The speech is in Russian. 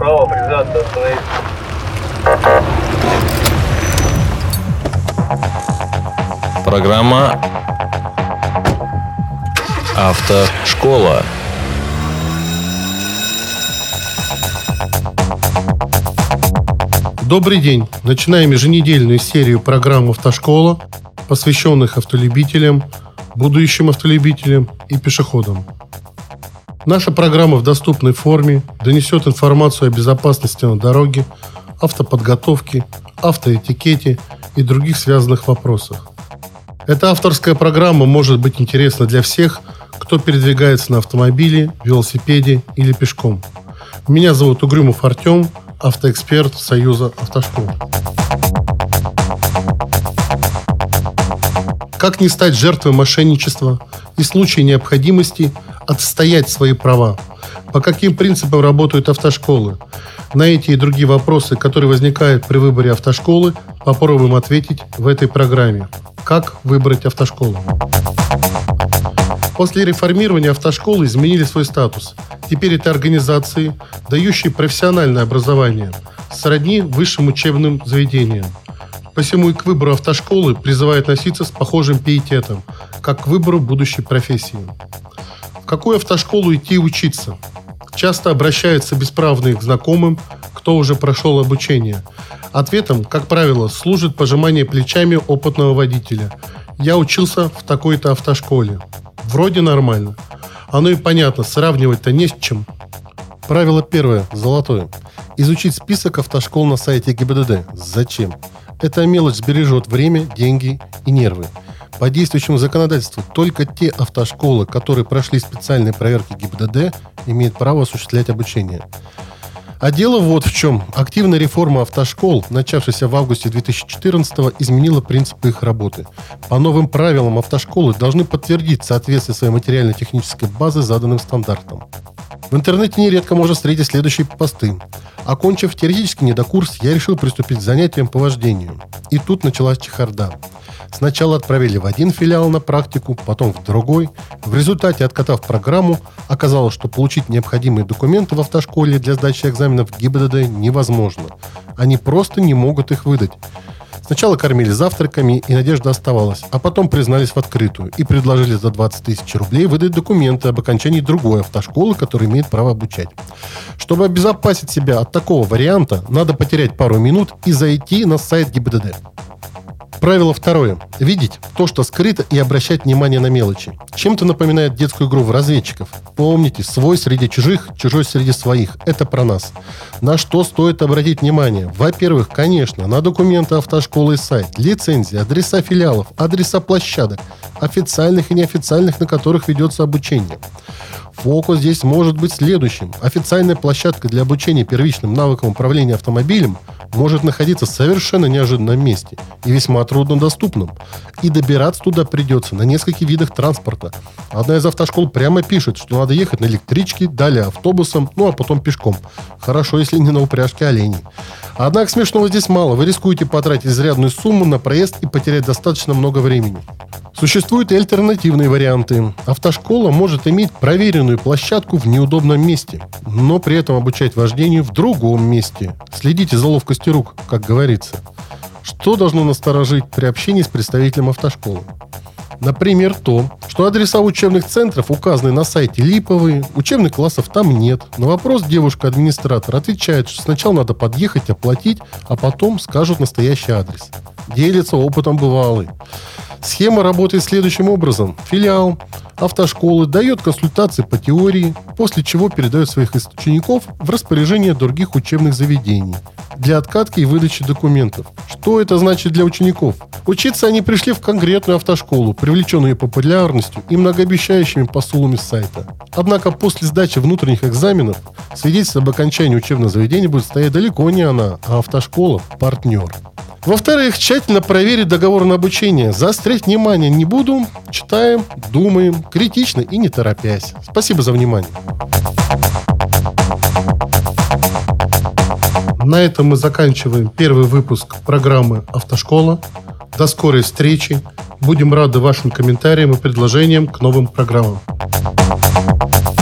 Право признаться, остановиться. Программа «Автошкола». Добрый день! Начинаем еженедельную серию программ «Автошкола», посвященных автолюбителям, будущим автолюбителям и пешеходам. Наша программа в доступной форме донесет информацию о безопасности на дороге, автоподготовке, автоэтикете и других связанных вопросах. Эта авторская программа может быть интересна для всех, кто передвигается на автомобиле, велосипеде или пешком. Меня зовут Угрюмов Артем, автоэксперт Союза Автошкол. Как не стать жертвой мошенничества и в случае необходимости отстоять свои права? По каким принципам работают автошколы? На эти и другие вопросы, которые возникают при выборе автошколы, попробуем ответить в этой программе. Как выбрать автошколу? После реформирования автошколы изменили свой статус. Теперь это организации, дающие профессиональное образование, сродни высшим учебным заведениям. Посему и к выбору автошколы призывают относиться с похожим пиететом, как к выбору будущей профессии. В какую автошколу идти учиться? Часто обращаются бесправные к знакомым, кто уже прошел обучение. Ответом, как правило, служит пожимание плечами опытного водителя. Я учился в такой-то автошколе. Вроде нормально. Оно и понятно, сравнивать-то не с чем. Правило первое, золотое. Изучить список автошкол на сайте ГИБДД. Зачем? Эта мелочь сбережет время, деньги и нервы. По действующему законодательству только те автошколы, которые прошли специальные проверки ГИБДД, имеют право осуществлять обучение. А дело вот в чем. Активная реформа автошкол, начавшаяся в августе 2014-го, изменила принципы их работы. По новым правилам автошколы должны подтвердить соответствие своей материально-технической базы заданным стандартам. В интернете нередко можно встретить следующие посты. Окончив теоретический недокурс, я решил приступить к занятиям по вождению. И тут началась чехарда. Сначала отправили в один филиал на практику, потом в другой. В результате, откатав программу, оказалось, что получить необходимые документы в автошколе для сдачи экзаменов ГИБДД невозможно. Они просто не могут их выдать. Сначала кормили завтраками, и надежда оставалась, а потом признались в открытую и предложили за 20 тысяч рублей выдать документы об окончании другой автошколы, которая имеет право обучать. Чтобы обезопасить себя от такого варианта, надо потерять пару минут и зайти на сайт ГИБДД. Правило второе. Видеть то, что скрыто, и обращать внимание на мелочи. Чем-то напоминает детскую игру в разведчиков. Помните, свой среди чужих, чужой среди своих. Это про нас. На что стоит обратить внимание? Во-первых, конечно, на документы автошколы и сайт, лицензии, адреса филиалов, адреса площадок, официальных и неофициальных, на которых ведется обучение. Фокус здесь может быть следующим. Официальная площадка для обучения первичным навыкам управления автомобилем может находиться в совершенно неожиданном месте и весьма труднодоступном. И добираться туда придется на нескольких видах транспорта. Одна из автошкол прямо пишет, что надо ехать на электричке, далее автобусом, а потом пешком. Хорошо, если не на упряжке оленей. Однако смешного здесь мало. Вы рискуете потратить изрядную сумму на проезд и потерять достаточно много времени. Существуют и альтернативные варианты. Автошкола может иметь проверенную площадку в неудобном месте, но при этом обучать вождению в другом месте. Следите за ловкостью рук, как говорится. Что должно насторожить при общении с представителем автошколы? Например, то, что адреса учебных центров указаны на сайте липовые, учебных классов там нет. На вопрос девушка-администратор отвечает, что сначала надо подъехать, оплатить, а потом скажут настоящий адрес. Делится опытом бывалый. Схема работает следующим образом. Филиал автошколы дает консультации по теории, после чего передает своих учеников в распоряжение других учебных заведений для откатки и выдачи документов. Что это значит для учеников? Учиться они пришли в конкретную автошколу, привлеченную ее популярностью и многообещающими посулами с сайта. Однако после сдачи внутренних экзаменов свидетельство об окончании учебного заведения будет стоять далеко не она, а автошкола – партнер. Во-вторых, тщательно проверить договор на обучение. Заострять внимание не буду. Читаем, думаем, критично и не торопясь. Спасибо за внимание. На этом мы заканчиваем первый выпуск программы «Автошкола». До скорой встречи. Будем рады вашим комментариям и предложениям к новым программам.